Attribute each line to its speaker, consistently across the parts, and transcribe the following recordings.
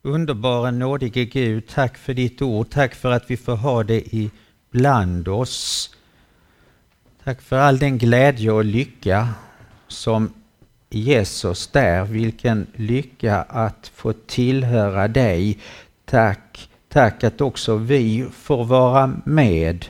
Speaker 1: Underbara nådige Gud, tack för ditt ord. Tack för att vi får ha det ibland oss. Tack för all den glädje och lycka som Jesus där. Vilken lycka att få tillhöra dig. Tack att också vi får vara med.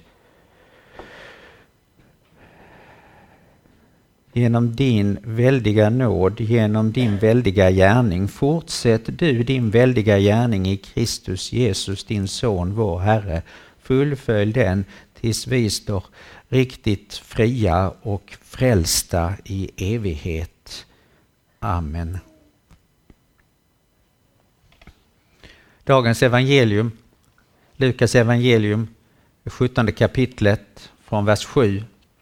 Speaker 1: Genom din väldiga nåd, genom din väldiga gärning. Fortsätt du din väldiga gärning i Kristus Jesus, din son, vår Herre. Fullfölj den tills vi står riktigt fria och frälsta i evighet. Amen. Dagens evangelium, Lukas evangelium, 17 kapitlet från vers 7.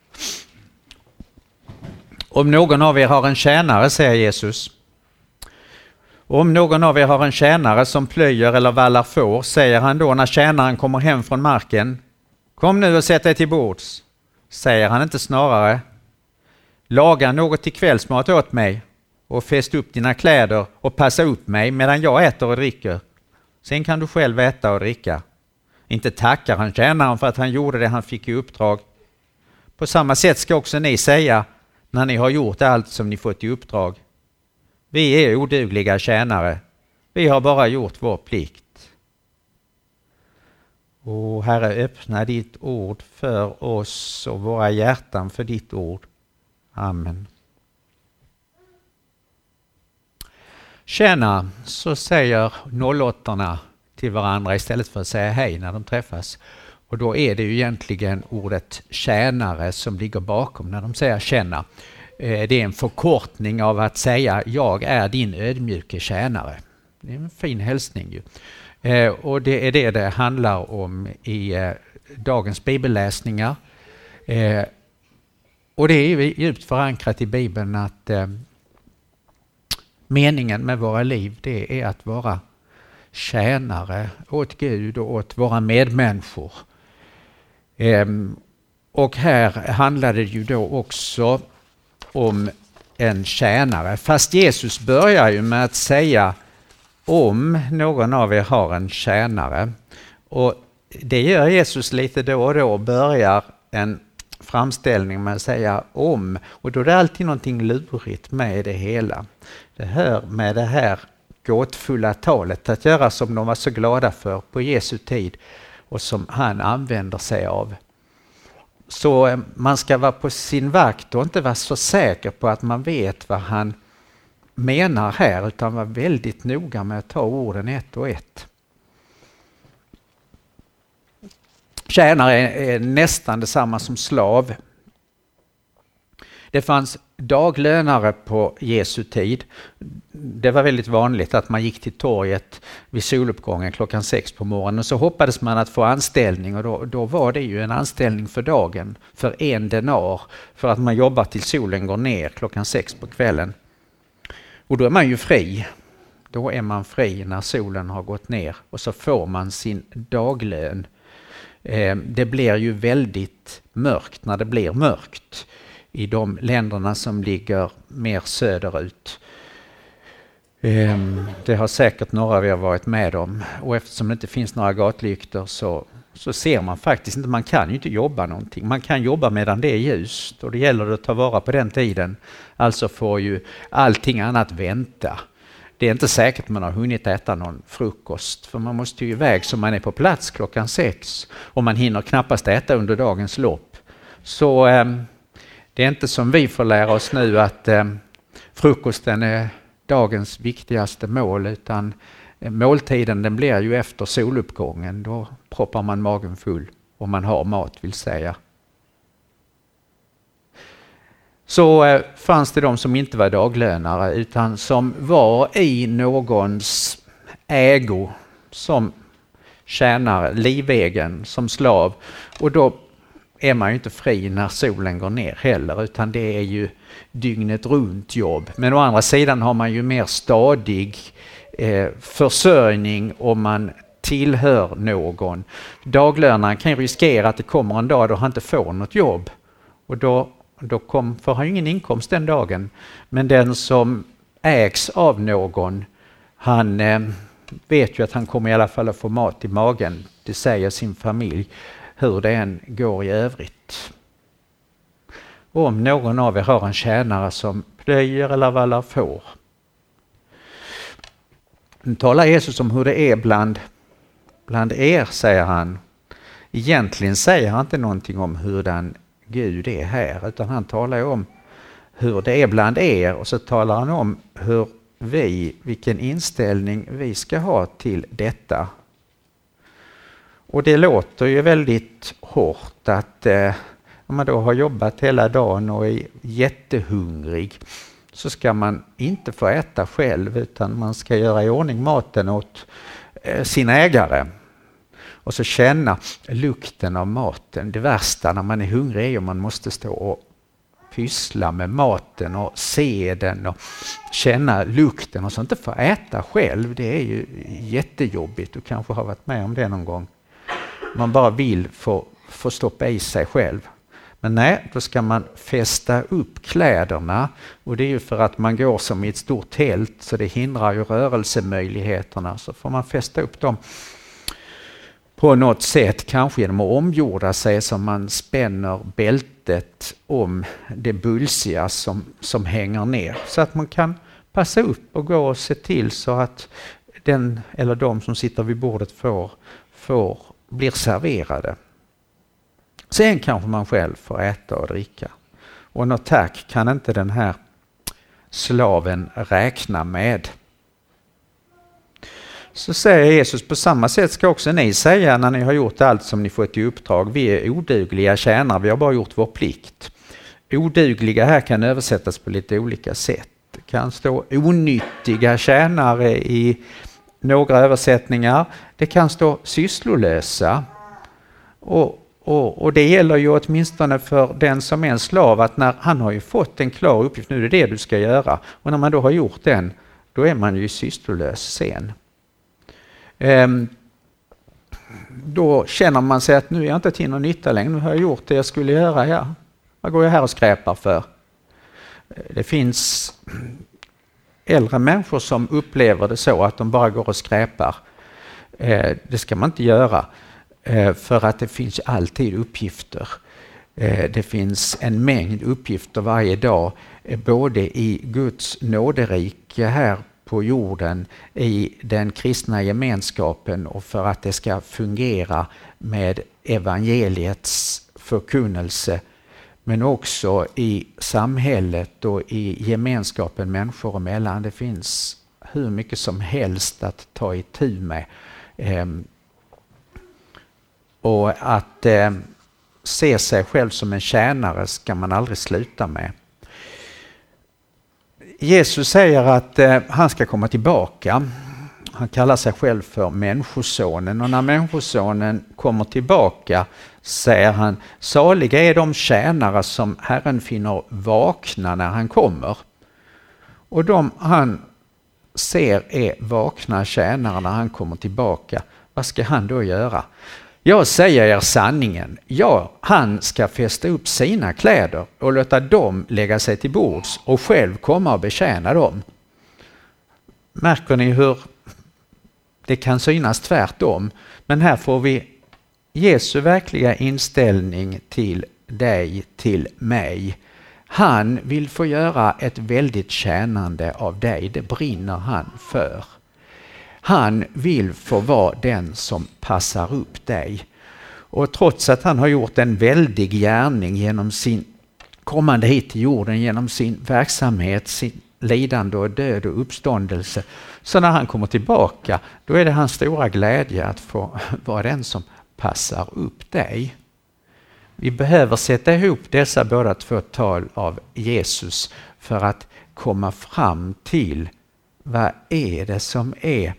Speaker 1: Om någon av er har en tjänare, säger Jesus. Om någon av er har en tjänare som plöjer eller vallar får, säger han då när tjänaren kommer hem från marken: kom nu och sätt dig till bords. Säger han inte snarare: laga något till kvällsmat åt mig och fäst upp dina kläder och passa upp mig medan jag äter och dricker. Sen kan du själv äta och dricka. Inte tackar han tjänaren för att han gjorde det han fick i uppdrag. På samma sätt ska också ni säga när ni har gjort allt som ni fått i uppdrag: vi är odugliga tjänare. Vi har bara gjort vår plikt. Och Herre, öppna ditt ord för oss och våra hjärtan för ditt ord. Amen. Tjäna, så säger 08:orna till varandra istället för att säga hej när de träffas. Och då är det ju egentligen ordet tjänare som ligger bakom när de säger tjäna. Det är en förkortning av att säga jag är din ödmjuke tjänare. Det är en fin hälsning ju. Och det är det handlar om i dagens bibelläsningar. Och det är djupt förankrat i Bibeln att meningen med våra liv, det är att vara tjänare åt Gud och åt våra medmänniskor. Och här handlar det ju då också om en tjänare. Fast Jesus börjar ju med att säga om någon av er har en tjänare. Och det gör Jesus lite då och då, börjar en framställning med att säga om. Och då är det alltid någonting lurigt med det hela. Det hör med det här gåtfulla talet att göra som de var så glada för på Jesu tid och som han använder sig av. Så man ska vara på sin vakt och inte vara så säker på att man vet vad han menar här, utan vara väldigt noga med att ta orden ett och ett. Tjänare är nästan detsamma som slav. Det fanns daglönare på Jesu tid. Det var väldigt vanligt att man gick till torget vid soluppgången klockan 6 på morgonen och så hoppades man att få anställning, och då var det ju en anställning för dagen för 1 denar för att man jobbar till solen går ner klockan 6 på kvällen. Och då är man ju fri. Då är man fri när solen har gått ner och så får man sin daglön. Det blir ju väldigt mörkt när det blir mörkt i de länderna som ligger mer söderut. Det har säkert några av er varit med om. Och eftersom det inte finns några gatlyktor så ser man faktiskt inte, man kan ju inte jobba någonting. Man kan jobba medan det är ljust och det gäller att ta vara på den tiden. Alltså får ju allting annat vänta. Det är inte säkert man har hunnit äta någon frukost, för man måste ju iväg så man är på plats klockan 6 och man hinner knappast äta under dagens lopp. Så det är inte som vi får lära oss nu att frukosten är dagens viktigaste mål, utan måltiden den blir ju efter soluppgången. Då proppar man magen full och man har mat vill säga. Så fanns det de som inte var daglönare utan som var i någons ägo som tjänare, livegen, som slav. Och då är man ju inte fri när solen går ner heller, utan det är ju dygnet runt jobb. Men å andra sidan har man ju mer stadig försörjning om man tillhör någon. Daglönaren kan ju riskera att det kommer en dag då han inte får något jobb. Och då får han ingen inkomst den dagen. Men den som ägs av någon, han vet ju att han kommer i alla fall att få mat i magen. Det säger sin familj, hur det än går i övrigt. Och om någon av er har en tjänare som plöjer eller vallar får. Nu talar Jesus om hur det är bland er, säger han. Egentligen säger han inte någonting om hurdan Gud är här, utan han talar om hur det är bland er, och så talar han om vilken inställning vi ska ha till detta. Och det låter ju väldigt hårt att om man då har jobbat hela dagen och är jättehungrig, så ska man inte få äta själv, utan man ska göra i ordning maten åt sin ägare. Och så känna lukten av maten. Det värsta när man är hungrig är om man måste stå och pyssla med maten och se den och känna lukten och så inte få äta själv. Det är ju jättejobbigt. Du kanske har varit med om det någon gång. Man bara vill få stoppa i sig själv. Men nej, då ska man fästa upp kläderna, och det är ju för att man går som i ett stort tält, så det hindrar ju rörelsemöjligheterna. Så får man fästa upp dem på något sätt, kanske genom att omgjorda sig, som man spänner bältet om det bulsiga som hänger ner. Så att man kan passa upp och gå och se till så att den eller de som sitter vid bordet blir serverade. Sen kanske man själv får äta och dricka. Och något tack kan inte den här slaven räkna med. Så säger Jesus, på samma sätt ska också ni säga när ni har gjort allt som ni fått i uppdrag. Vi är odugliga tjänare, vi har bara gjort vår plikt. Odugliga här kan översättas på lite olika sätt. Det kan stå onyttiga tjänare i några översättningar. Det kan stå sysslolösa. Och det gäller ju åtminstone för den som är en slav, att när han har ju fått en klar uppgift, nu är det du ska göra. Och när man då har gjort den, då är man ju sysslolös sen. Då känner man sig att nu är jag inte till någon nytta längre, nu har jag gjort det jag skulle göra. Ja. Vad går jag här och skräpar för? Det finns äldre människor som upplever det så att de bara går och skräpar. Det ska man inte göra, för att det finns alltid uppgifter. Det finns en mängd uppgifter varje dag, både i Guds nåderike här på jorden, i den kristna gemenskapen, och för att det ska fungera med evangeliets förkunnelse, men också i samhället och i gemenskapen människor emellan. Det finns hur mycket som helst att ta itu med. Och att se sig själv som en tjänare ska man aldrig sluta med. Jesus säger att han ska komma tillbaka. Han kallar sig själv för människosonen, och när människosonen kommer tillbaka säger han, saliga är de tjänare som Herren finner vakna när han kommer. Och de han ser är vakna tjänare när han kommer tillbaka. Vad ska han då göra? Jag säger er sanningen, han ska fästa upp sina kläder och låta dem lägga sig till bords och själv komma och betjäna dem. Märker ni hur det kan synas tvärtom? Men här får vi Jesu verkliga inställning till dig, till mig. Han vill få göra ett väldigt tjänande av dig, det brinner han för. Han vill få vara den som passar upp dig. Och trots att han har gjort en väldig gärning genom sin kommande hit till jorden, genom sin verksamhet, sin lidande och död och uppståndelse, så när han kommer tillbaka, då är det hans stora glädje att få vara den som passar upp dig. Vi behöver sätta ihop dessa båda två tal av Jesus för att komma fram till vad är det som är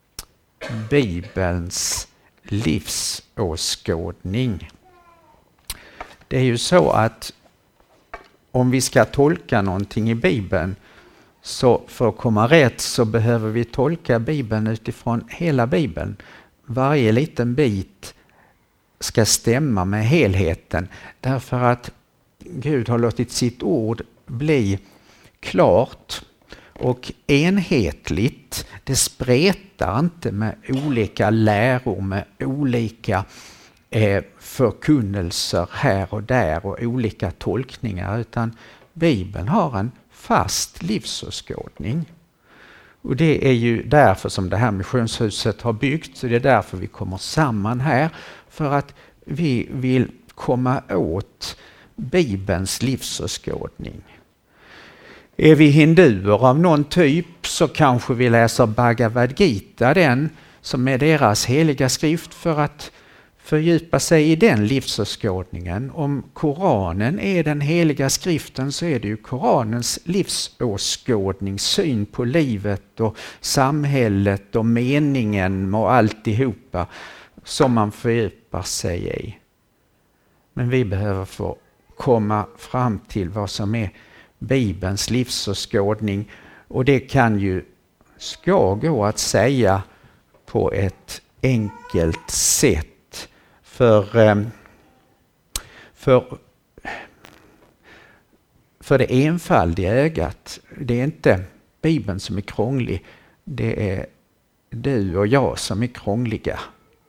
Speaker 1: Bibelns livsåskådning. Det är ju så att om vi ska tolka någonting i Bibeln, så för att komma rätt så behöver vi tolka Bibeln utifrån hela Bibeln. Varje liten bit ska stämma med helheten, därför att Gud har låtit sitt ord bli klart och enhetligt. Det spretar inte med olika läror, med olika förkunnelser här och där och olika tolkningar, utan Bibeln har en fast livsåskådning. Och det är ju därför som det här missionshuset har byggts, och det är därför vi kommer samman här, för att vi vill komma åt Bibelns livsåskådning. Är vi hinduer av någon typ så kanske vi läser Bhagavad Gita, den som är deras heliga skrift, för att fördjupa sig i den livsåskådningen. Om Koranen är den heliga skriften så är det ju Koranens livsåskådning, syn på livet och samhället och meningen och alltihopa som man fördjupar sig i. Men vi behöver få komma fram till vad som är Bibelns livsåskådning, och det ska gå att säga på ett enkelt sätt. För det enfaldiga ögat, det är inte Bibeln som är krånglig, det är du och jag som är krångliga.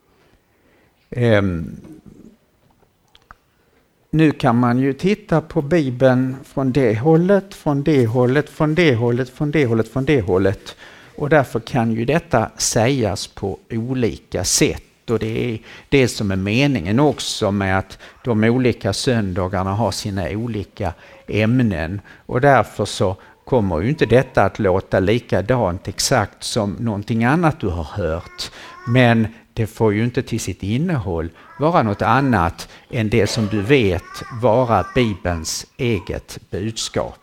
Speaker 1: Nu kan man ju titta på Bibeln från det hållet, från det hållet, från det hållet, från det hållet, från det hållet. Och därför kan ju detta sägas på olika sätt. Och det är det som är meningen också med att de olika söndagarna har sina olika ämnen. Och därför så kommer ju inte detta att låta likadant exakt som någonting annat du har hört. Men det får ju inte till sitt innehåll vara något annat än det som du vet vara Bibelns eget budskap.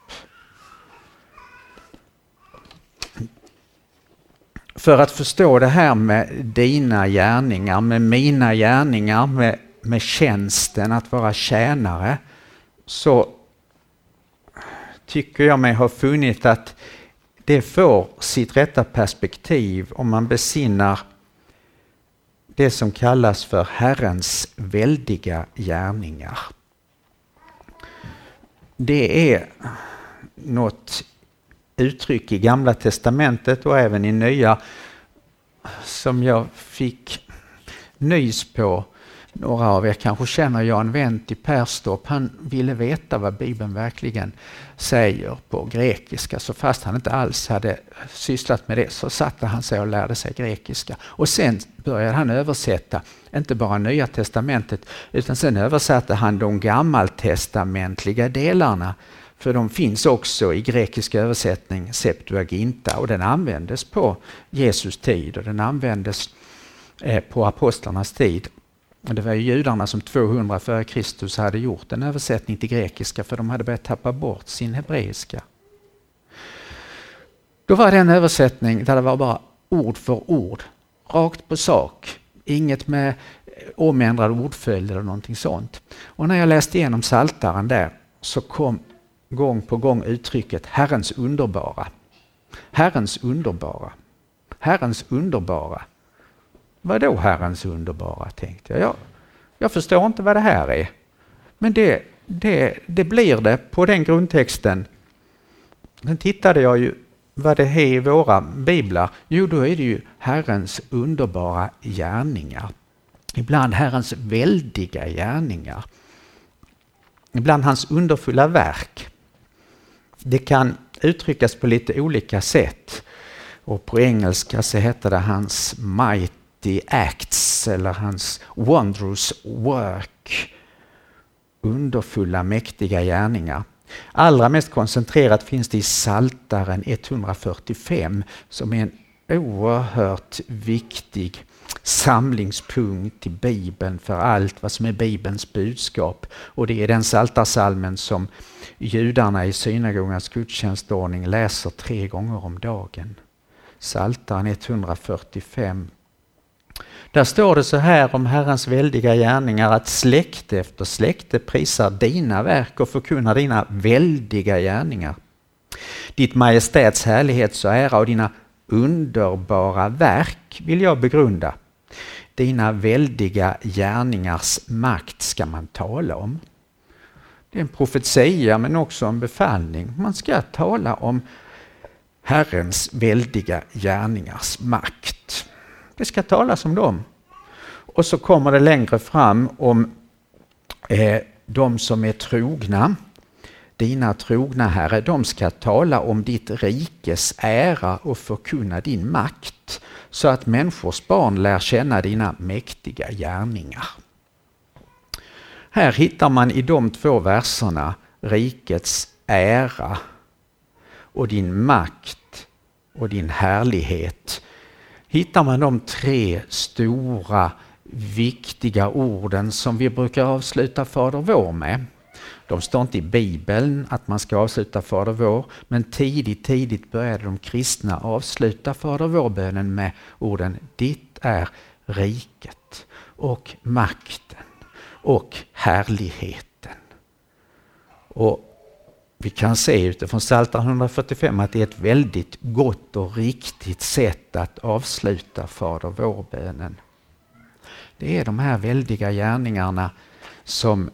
Speaker 1: För att förstå det här med dina gärningar, med mina gärningar, med tjänsten att vara tjänare, så tycker jag mig ha funnit att det får sitt rätta perspektiv om man besinnar det som kallas för Herrens väldiga gärningar. Det är något uttryck i Gamla testamentet och även i Nya som jag fick nys på. Några av er kanske känner Jan Wendt i Perstorp. Han ville veta vad Bibeln verkligen säger på grekiska. Så fast han inte alls hade sysslat med det så satte han sig och lärde sig grekiska. Och sen började han översätta, inte bara Nya testamentet, utan sen översatte han de gammaltestamentliga delarna. För de finns också i grekisk översättning, Septuaginta, och den användes på Jesus tid och den användes på apostlarnas tid. Och det var ju judarna som 200 före Kristus hade gjort en översättning till grekiska, för de hade börjat tappa bort sin hebreiska. Då var det en översättning där det var bara ord för ord, rakt på sak, inget med omändrad ordföljd eller någonting sånt. Och när jag läste igenom Psaltaren där så kom gång på gång uttrycket Herrens underbara. Herrens underbara. Herrens underbara. Vad då Herrens underbara, tänkte jag. Jag förstår inte vad det här är. Men det blir det på den grundtexten. Sen tittade jag ju vad det är i våra biblar. Jo, då är det ju Herrens underbara gärningar. Ibland Herrens väldiga gärningar. Ibland hans underfulla verk. Det kan uttryckas på lite olika sätt. Och på engelska så heter det hans mighty acts eller hans wondrous work. Underfulla, mäktiga gärningar. Allra mest koncentrerat finns det i Psaltaren 145 som är en oerhört viktig samlingspunkt i Bibeln för allt vad som är Bibelns budskap. Och det är den psaltarsalmen som judarna i synagogans gudstjänstordning läser 3 gånger om dagen. Psaltaren 145. Där står det så här om Herrens väldiga gärningar, att släkte efter släkte prisar dina verk och förkunnar dina väldiga gärningar. Ditt majestäts härlighets och ära och dina underbara verk vill jag begrunda. Dina väldiga gärningars makt ska man tala om. Det är en profetia men också en befallning. Man ska tala om Herrens väldiga gärningars makt. Det ska talas om dem. Och så kommer det längre fram om de som är trogna. Dina trogna Herre, de ska tala om ditt rikes ära och förkunna din makt, så att människors barn lär känna dina mäktiga gärningar. Här hittar man i de 2 verserna rikets ära och din makt och din härlighet. Hittar man de 3 stora viktiga orden som vi brukar avsluta Fader vår med. De står inte i Bibeln att man ska avsluta Fader vår, men tidigt började de kristna avsluta Fader vår-bönen med orden ditt är riket och makten och härligheten. Och vi kan se utifrån Psaltaren 145 att det är ett väldigt gott och riktigt sätt att avsluta Fader vår-bönen. Det är de här väldiga gärningarna som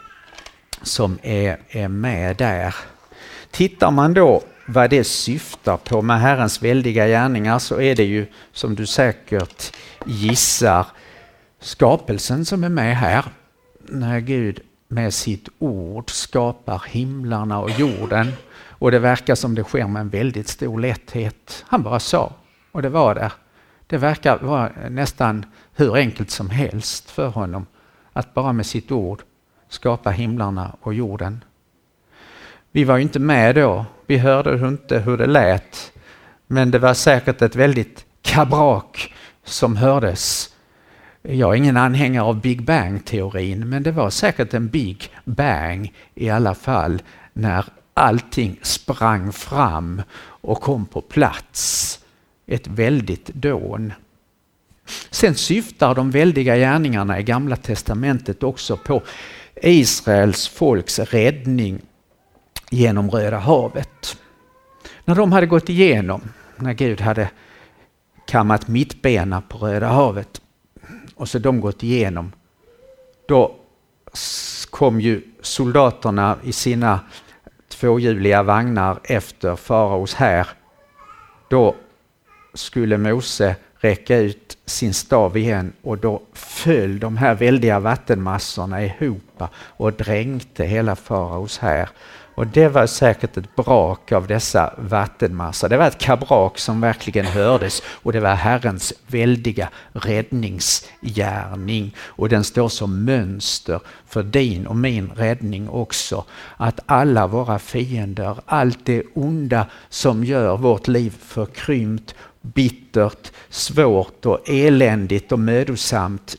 Speaker 1: är med där. Tittar man då vad det syftar på med Herrens väldiga gärningar, så är det ju, som du säkert gissar, skapelsen som är med här. När Gud med sitt ord skapar himlarna och jorden, och det verkar som det sker med en väldigt stor lätthet. Han bara sa, och det var där. Det verkar vara nästan hur enkelt som helst för honom att bara med sitt ord skapa himlarna och jorden. Vi var ju inte med då, vi hörde inte hur det lät, men det var säkert ett väldigt kabrak som hördes. Jag är ingen anhängare av Big Bang-teorin, men det var säkert en Big Bang i alla fall när allting sprang fram och kom på plats. Ett väldigt dån. Sen syftar de väldiga gärningarna i Gamla testamentet också på Israels folks räddning genom Röda havet. När de hade gått igenom, när Gud hade kammat mittbena på Röda havet och så de gått igenom, då kom ju soldaterna i sina 2-hjuliga vagnar efter faraos här. Då skulle Mose räcka ut sin stav igen, och då föll de här väldiga vattenmassorna ihop och dränkte hela faraos här. Och det var säkert ett brak av dessa vattenmassor. Det var ett kabrak som verkligen hördes, och det var Herrens väldiga räddningsgärning. Och den står som mönster för din och min räddning också. Att alla våra fiender, allt det onda som gör vårt liv förkrympt, bittert, svårt och eländigt och mödosamt,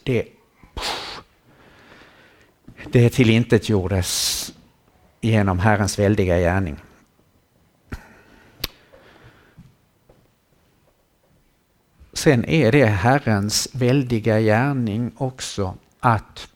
Speaker 1: det tillintetgjordes genom Herrens väldiga gärning. Sen är det Herrens väldiga gärning också att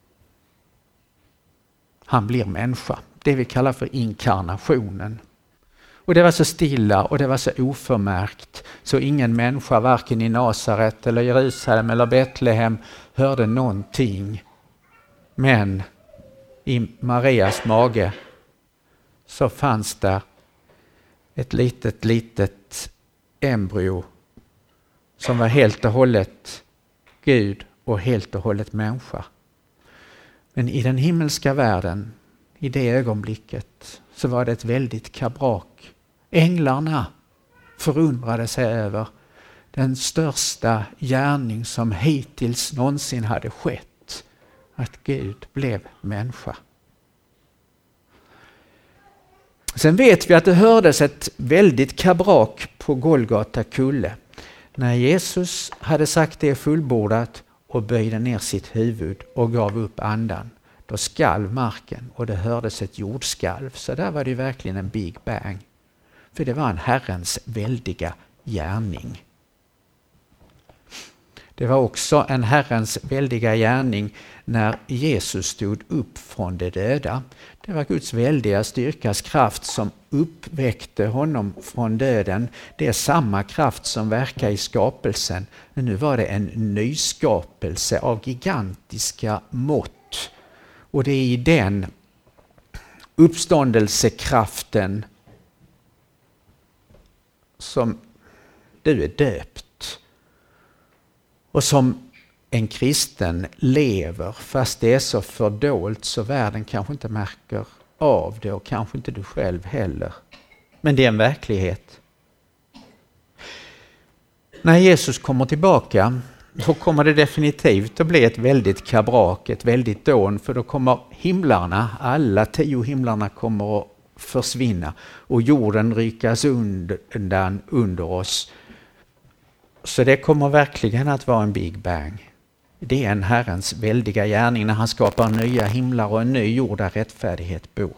Speaker 1: han blir människa. Det vi kallar för inkarnationen. Och det var så stilla och det var så oförmärkt så ingen människa varken i Nasaret eller Jerusalem eller Betlehem hörde någonting. Men i Marias mage så fanns där ett litet embryo som var helt och hållet Gud och helt och hållet människa. Men i den himmelska världen, i det ögonblicket, så var det ett väldigt kabrak. Änglarna förundrade sig över den största gärning som hittills någonsin hade skett. Att Gud blev människa. Sen vet vi att det hördes ett väldigt kabrak på Golgata kulle. När Jesus hade sagt det fullbordat och böjde ner sitt huvud och gav upp andan. Då skalv marken och det hördes ett jordskalv. Så där var det verkligen en Big Bang. För det var en Herrens väldiga gärning. Det var också en Herrens väldiga gärning när Jesus stod upp från de döda. Det var Guds väldiga styrkas kraft som uppväckte honom från döden. Det är samma kraft som verkar i skapelsen. Men nu var det en nyskapelse av gigantiska mått. Och det är i den uppståndelsekraften som du är döpt och som en kristen lever fast det är så fördolt så världen kanske inte märker av det och kanske inte du själv heller. Men det är en verklighet. När Jesus kommer tillbaka då kommer det definitivt att bli ett väldigt kabrak, ett väldigt dån, för då kommer himlarna, alla 10 himlarna kommer att försvinna och jorden rykas undan under oss. Så det kommer verkligen att vara en Big Bang. Det är en Herrens väldiga gärning när han skapar nya himlar och en ny jord där rättfärdighet bor.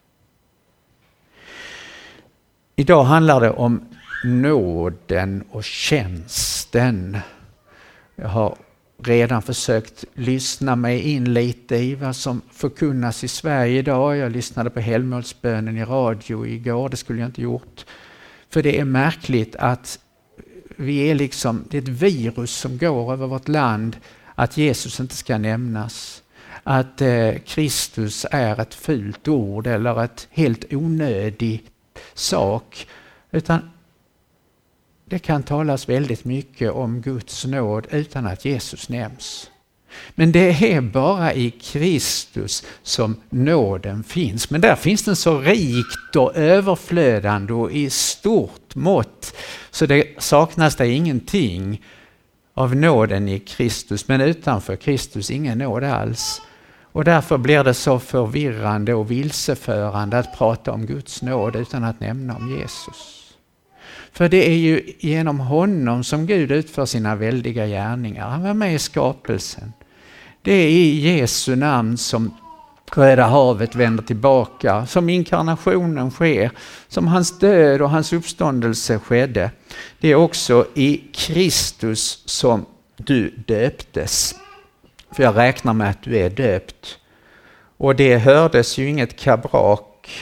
Speaker 1: Idag handlar det om nåden och tjänsten. Jag har redan försökt lyssna mig in lite i vad som förkunnas i Sverige idag. Jag lyssnade på helgmålsbönen i radio igår, det skulle jag inte gjort. För det är märkligt att vi är liksom, det är ett virus som går över vårt land, att Jesus inte ska nämnas. Att Kristus är ett fult ord eller ett helt onödig sak. Utan det kan talas väldigt mycket om Guds nåd utan att Jesus nämns. Men det är bara i Kristus som nåden finns. Men där finns den så rikt och överflödande och i stort mått. Så det saknas det ingenting av nåden i Kristus. Men utanför Kristus ingen nåd alls. Och därför blir det så förvirrande och vilseförande att prata om Guds nåd utan att nämna om Jesus. För det är ju genom honom som Gud utför sina väldiga gärningar. Han var med i skapelsen. Det är i Jesu namn som Röda havet vänder tillbaka, som inkarnationen sker, som hans död och hans uppståndelse skedde. Det är också i Kristus som du döptes. För jag räknar med att du är döpt. Och det hördes ju inget kabrak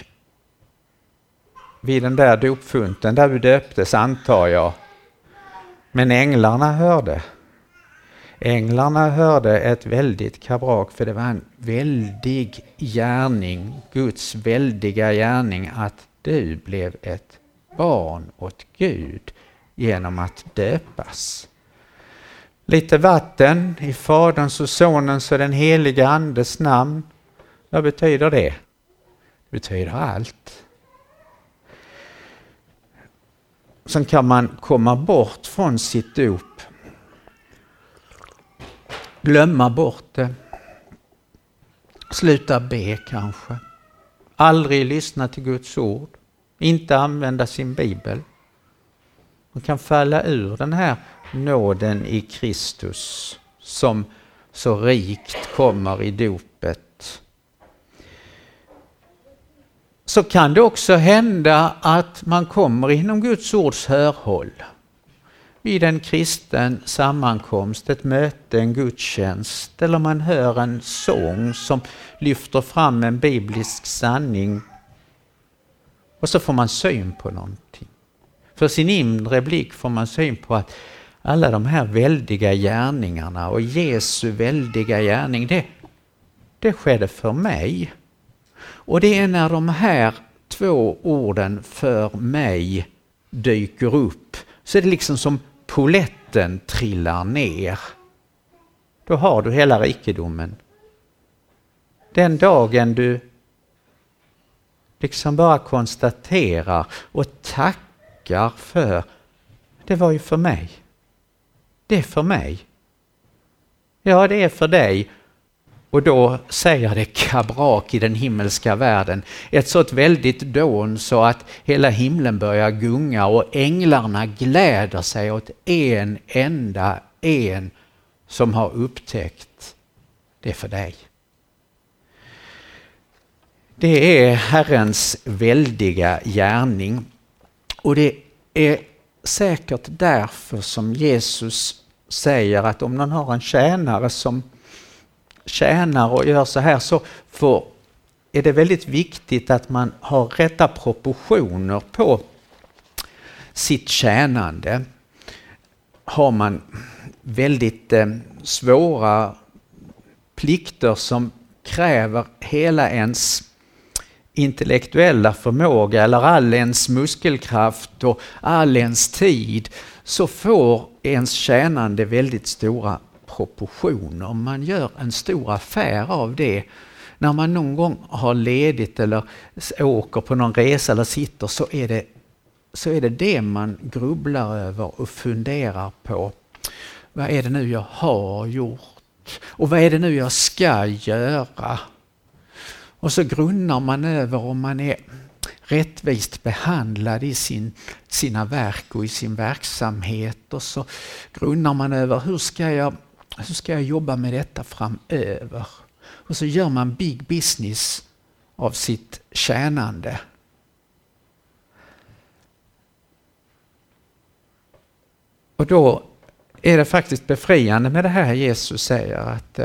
Speaker 1: vid den där dopfunten där du döptes, antar jag. Men änglarna hörde. Änglarna hörde ett väldigt kabrak, för det var en väldig gärning, Guds väldiga gärning, att du blev ett barn åt Gud genom att döpas. Lite vatten i Faderns och Sonens och den heliga Andes namn. Vad betyder det? Det betyder allt. Sen kan man komma bort från sitt dop. Glömma bort det. Sluta be kanske. Aldrig lyssna till Guds ord. Inte använda sin bibel. Man kan falla ur den här nåden i Kristus som så rikt kommer i dopet. Så kan det också hända att man kommer inom Guds ords hörhåll. Vid en kristen sammankomst, ett möte, en gudstjänst, eller man hör en sång som lyfter fram en biblisk sanning. Och så får man syn på någonting. För sin inre blick får man syn på att alla de här väldiga gärningarna och Jesu väldiga gärning, det skedde för mig. Och det är när de här 2 orden för mig dyker upp så är det liksom som poletten trillar ner. Då har du hela rikedomen. Den dagen du liksom bara konstaterar och tackar för, det var ju för mig. Det är för mig. Ja, det är för dig. Och då säger det kabrak i den himmelska världen. Ett sådant väldigt dån så att hela himlen börjar gunga och änglarna gläder sig åt en enda som har upptäckt det för dig. Det är Herrens väldiga gärning. Och det är säkert därför som Jesus säger att om någon har en tjänare som tjänar och gör så här, så är det väldigt viktigt att man har rätta proportioner på sitt tjänande. Har man väldigt svåra plikter som kräver hela ens intellektuella förmåga eller all ens muskelkraft och all ens tid, så får ens tjänande väldigt stora proportioner. Man gör en stor affär av det. När man någon gång har ledigt eller åker på någon resa eller sitter, så är det man grubblar över och funderar på. Vad är det nu jag har gjort? Och vad är det nu jag ska göra? Och så grunnar man över om man är rättvist behandlad i sina verk och i sin verksamhet. Och så grunnar man över hur ska jag jobba med detta framöver? Och så gör man big business av sitt tjänande. Och då är det faktiskt befriande med det här Jesus säger, att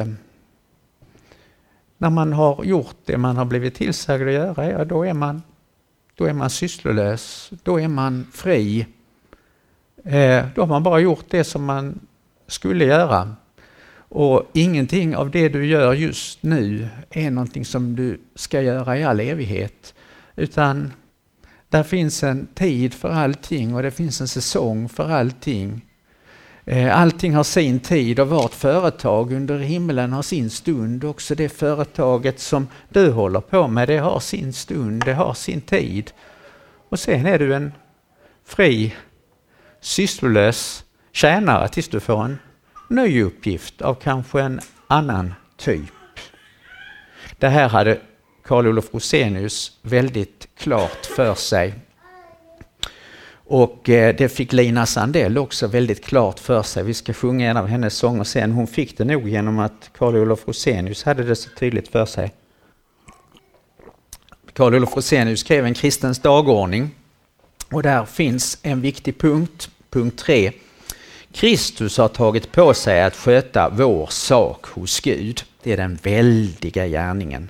Speaker 1: när man har gjort det man har blivit tillsagd att göra, ja, då är man sysslolös, då är man fri. Då har man bara gjort det som man skulle göra. Och ingenting av det du gör just nu är någonting som du ska göra i all evighet. Utan där finns en tid för allting och det finns en säsong för allting. Allting har sin tid och vart företag under himlen har sin stund. Också det företaget som du håller på med, det har sin stund, det har sin tid. Och sen är du en fri, sysslolös tjänare tills du får en ny uppgift av kanske en annan typ. Det här hade Carl Olof Rosenius väldigt klart för sig. Och det fick Lina Sandell också väldigt klart för sig. Vi ska sjunga en av hennes sånger sen. Hon fick det nog genom att Carl Olof Rosenius hade det så tydligt för sig. Carl Olof Rosenius skrev en kristens dagordning. Och där finns en viktig punkt, punkt 3. Kristus har tagit på sig att sköta vår sak hos Gud. Det är den väldiga gärningen.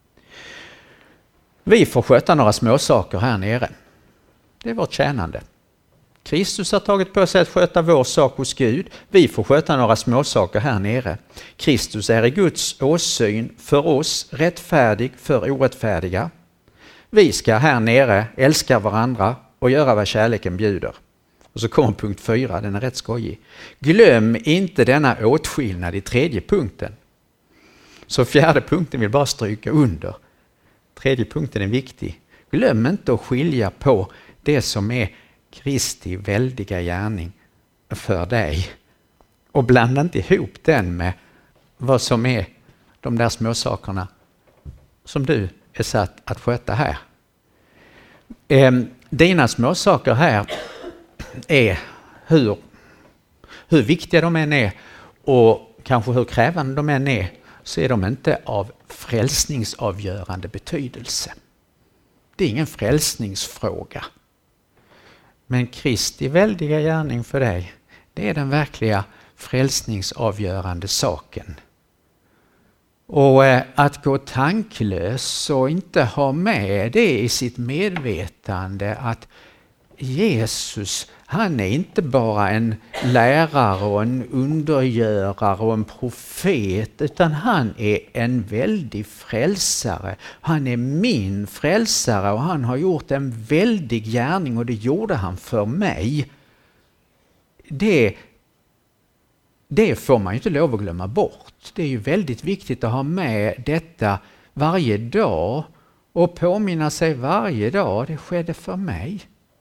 Speaker 1: Vi får sköta några små saker här nere. Det är vårt tjänande. Kristus har tagit på sig att sköta vår sak hos Gud. Vi får sköta några små saker här nere. Kristus är i Guds åsyn för oss rättfärdig för orättfärdiga. Vi ska här nere älska varandra och göra vad kärleken bjuder. Och så kommer punkt 4, den är rätt skojig. Glöm inte denna åtskillnad i 3:e punkten. Så 4:e punkten vill bara stryka under. 3:e punkten är viktig. Glöm inte att skilja på det som är Kristi väldiga gärning för dig. Och blanda inte ihop den med vad som är de där små sakerna som du är satt att sköta här. Dina små saker här är hur viktiga de än är och kanske hur krävande de än är, så är de inte av frälsningsavgörande betydelse. Det är ingen frälsningsfråga. Men Kristi väldiga gärning för dig, det är den verkliga frälsningsavgörande saken. Och att gå tanklös och inte ha med det i sitt medvetande att Jesus, han är inte bara en lärare och en undergörare och en profet, utan han är en väldig frälsare. Han är min frälsare och han har gjort en väldig gärning och det gjorde han för mig. Det får man ju inte lov att glömma bort. Det är ju väldigt viktigt att ha med detta varje dag och påminna sig varje dag, det skedde för mig.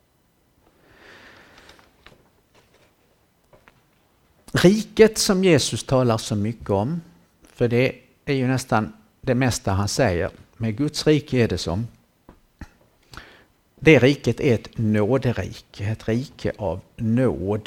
Speaker 1: Riket som Jesus talar så mycket om, för det är ju nästan det mesta han säger. Med Guds rike är det som. Det riket är ett nåderike, ett rike av nåd.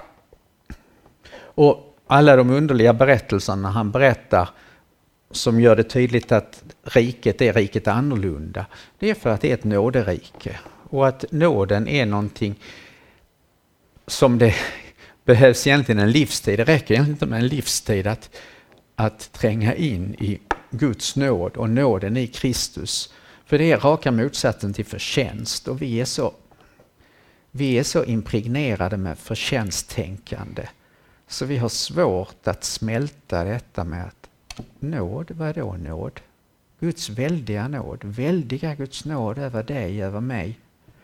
Speaker 1: Och alla de underliga berättelserna han berättar som gör det tydligt att riket är annorlunda. Det är för att det är ett nåderike. Och att nåden är någonting som det behövs egentligen en livstid. Det räcker inte med en livstid att tränga in i Guds nåd och nåden i Kristus. För det är raka motsatsen till förtjänst. Och vi är så impregnerade med förtjänsttänkande. Så vi har svårt att smälta detta med att nåd, vad då nåd? Guds väldiga nåd, väldiga Guds nåd över dig, över mig.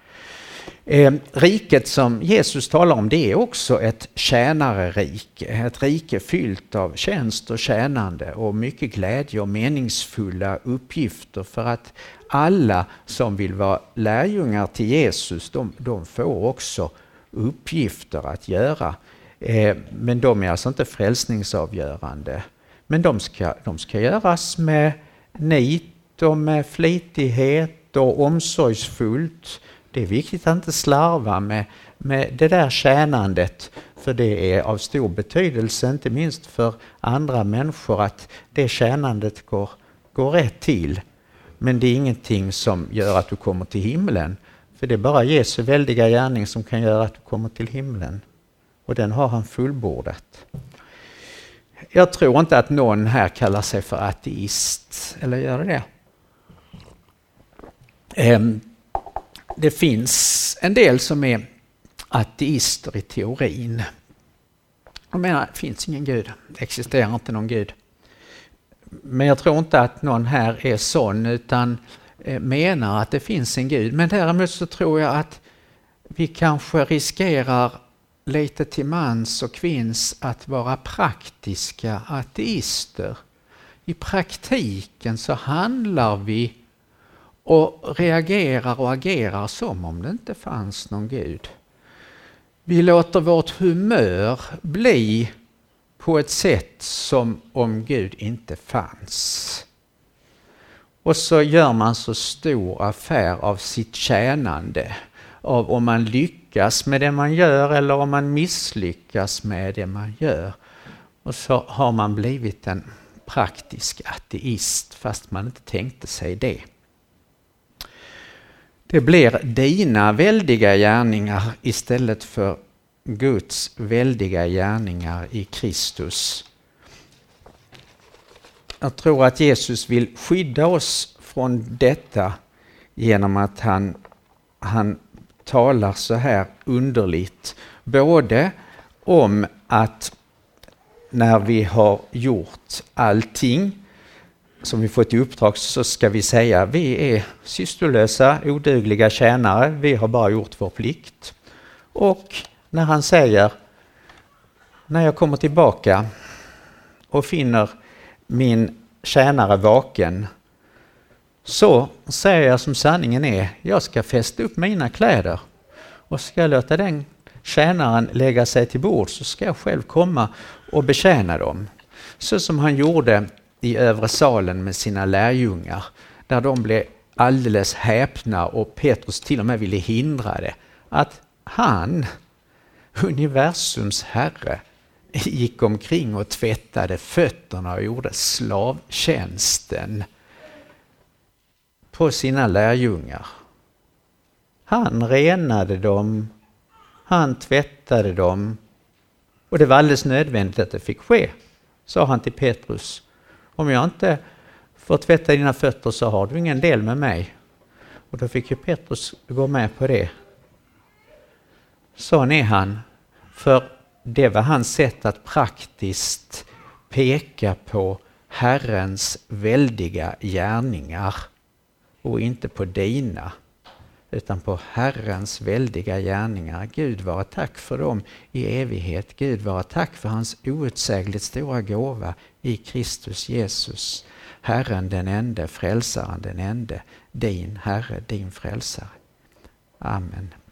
Speaker 1: Riket som Jesus talar om, det är också ett tjänarerike. Ett rike fyllt av tjänst och tjänande och mycket glädje och meningsfulla uppgifter, för att alla som vill vara lärjungar till Jesus, de får också uppgifter att göra. Men de är alltså inte frälsningsavgörande. Men de ska göras med nit och med flitighet och omsorgsfullt. Det är viktigt att inte slarva med det där tjänandet, för det är av stor betydelse, inte minst för andra människor, att det tjänandet går rätt till. Men det är ingenting som gör att du kommer till himlen, för det är bara Jesu väldiga gärning som kan göra att du kommer till himlen. Och den har han fullbordat. Jag tror inte att någon här kallar sig för ateist, eller gör det? Det finns en del som är ateister i teorin. De menar, det finns ingen Gud, det existerar inte någon Gud. Men jag tror inte att någon här är sån, utan menar att det finns en Gud. Men däremot så tror jag att vi kanske riskerar lite till mans och kvinns att vara praktiska ateister. I praktiken så handlar vi och reagerar och agerar som om det inte fanns någon Gud. Vi låter vårt humör bli på ett sätt som om Gud inte fanns. Och så gör man så stor affär av sitt tjänande, av om man lyckas med det man gör eller om man misslyckas med det man gör. Och så har man blivit en praktisk ateist fast man inte tänkte sig det. Det blir dina väldiga gärningar istället för Guds väldiga gärningar i Kristus. Jag tror att Jesus vill skydda oss från detta genom att han talar så här underligt. Både om att när vi har gjort allting som vi fått i uppdrag, så ska vi säga vi är sysslolösa, odugliga tjänare. Vi har bara gjort vår plikt. Och när han säger, när jag kommer tillbaka och finner min tjänare vaken, så säger jag som sanningen är, jag ska fästa upp mina kläder och ska jag låta den tjänaren lägga sig till bord, så ska jag själv komma och betjäna dem. Så som han gjorde i övre salen med sina lärjungar, där de blev alldeles häpna och Petrus till och med ville hindra det. Att han, universums herre, gick omkring och tvättade fötterna och gjorde slavtjänsten på sina lärjungar. Han renade dem, han tvättade dem, och det var alldeles nödvändigt att det fick ske. Sa han till Petrus, om jag inte får tvätta dina fötter så har du ingen del med mig. Och då fick ju Petrus gå med på det. Sån är han, för det var hans sätt att praktiskt peka på Herrens väldiga gärningar, och inte på dina, utan på Herrens väldiga gärningar. Gud vare tack för dem i evighet. Gud vare tack för hans outsägligt stora gåva i Kristus Jesus. Herren den ende, frälsaren den ende, din Herre, din frälsare. Amen.